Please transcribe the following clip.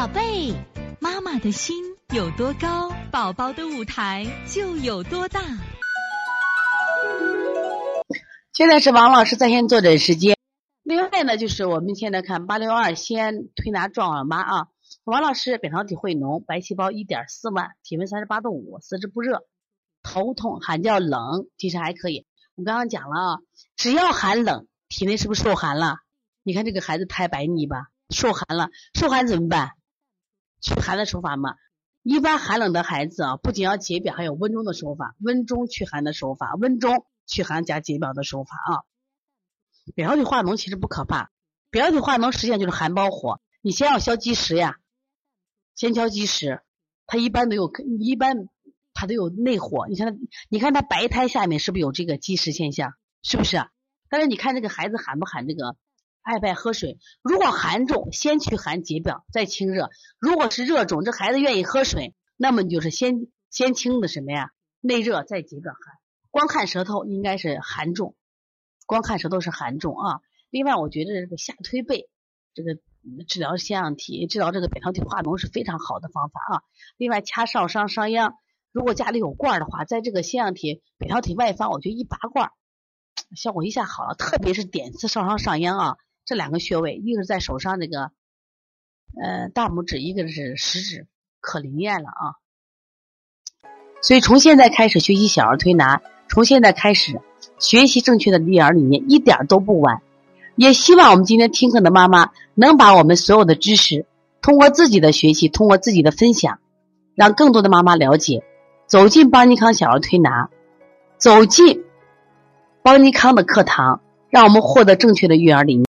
宝贝，妈妈的心有多高，宝宝的舞台就有多大。 现在是王老师在线坐诊时间。另外呢，就是我们现在看862西安推拿壮耳妈啊，王老师扁桃体会脓，白细胞 1.4 万，体温38度5，四肢不热，头痛，喊叫冷，精神还可以。我刚刚讲了啊，只要寒冷，体内是不是受寒了？你看这个孩子太白腻吧，受寒了，受寒怎么办？祛寒的手法嘛。一般寒冷的孩子啊，不仅要解表，还有温中的手法，温中祛寒的手法，温中祛寒加解表的手法啊。扁桃体化脓其实不可怕，扁桃体化脓实际上就是寒包火，你先要消积食呀，先消积食，它一般它都有内火，你看它白胎下面是不是有这个积食现象？是不是？但是你看这个孩子喊不喊这个爱不爱喝水？如果寒重，先祛寒解表，再清热；如果是热重，这孩子愿意喝水，那么你就是先清的什么呀？内热再解表寒。光看舌头应该是寒重，光看舌头是寒重啊。另外，我觉得这个下推背，这个治疗腺样体、治疗这个扁桃体化脓是非常好的方法啊。另外，掐少商、商鞅，如果家里有罐的话，在这个腺样体、扁桃体外方，我觉得一拔罐，效果一下好了。特别是点刺少商、上鞅啊，这两个穴位，一个是在手上这个大拇指，一个是食指，可灵验了啊。所以从现在开始学习小儿推拿，从现在开始学习正确的育儿理念，一点都不晚。也希望我们今天听课的妈妈能把我们所有的知识通过自己的学习，通过自己的分享，让更多的妈妈了解，走进邦尼康小儿推拿，走进邦尼康的课堂，让我们获得正确的育儿理念。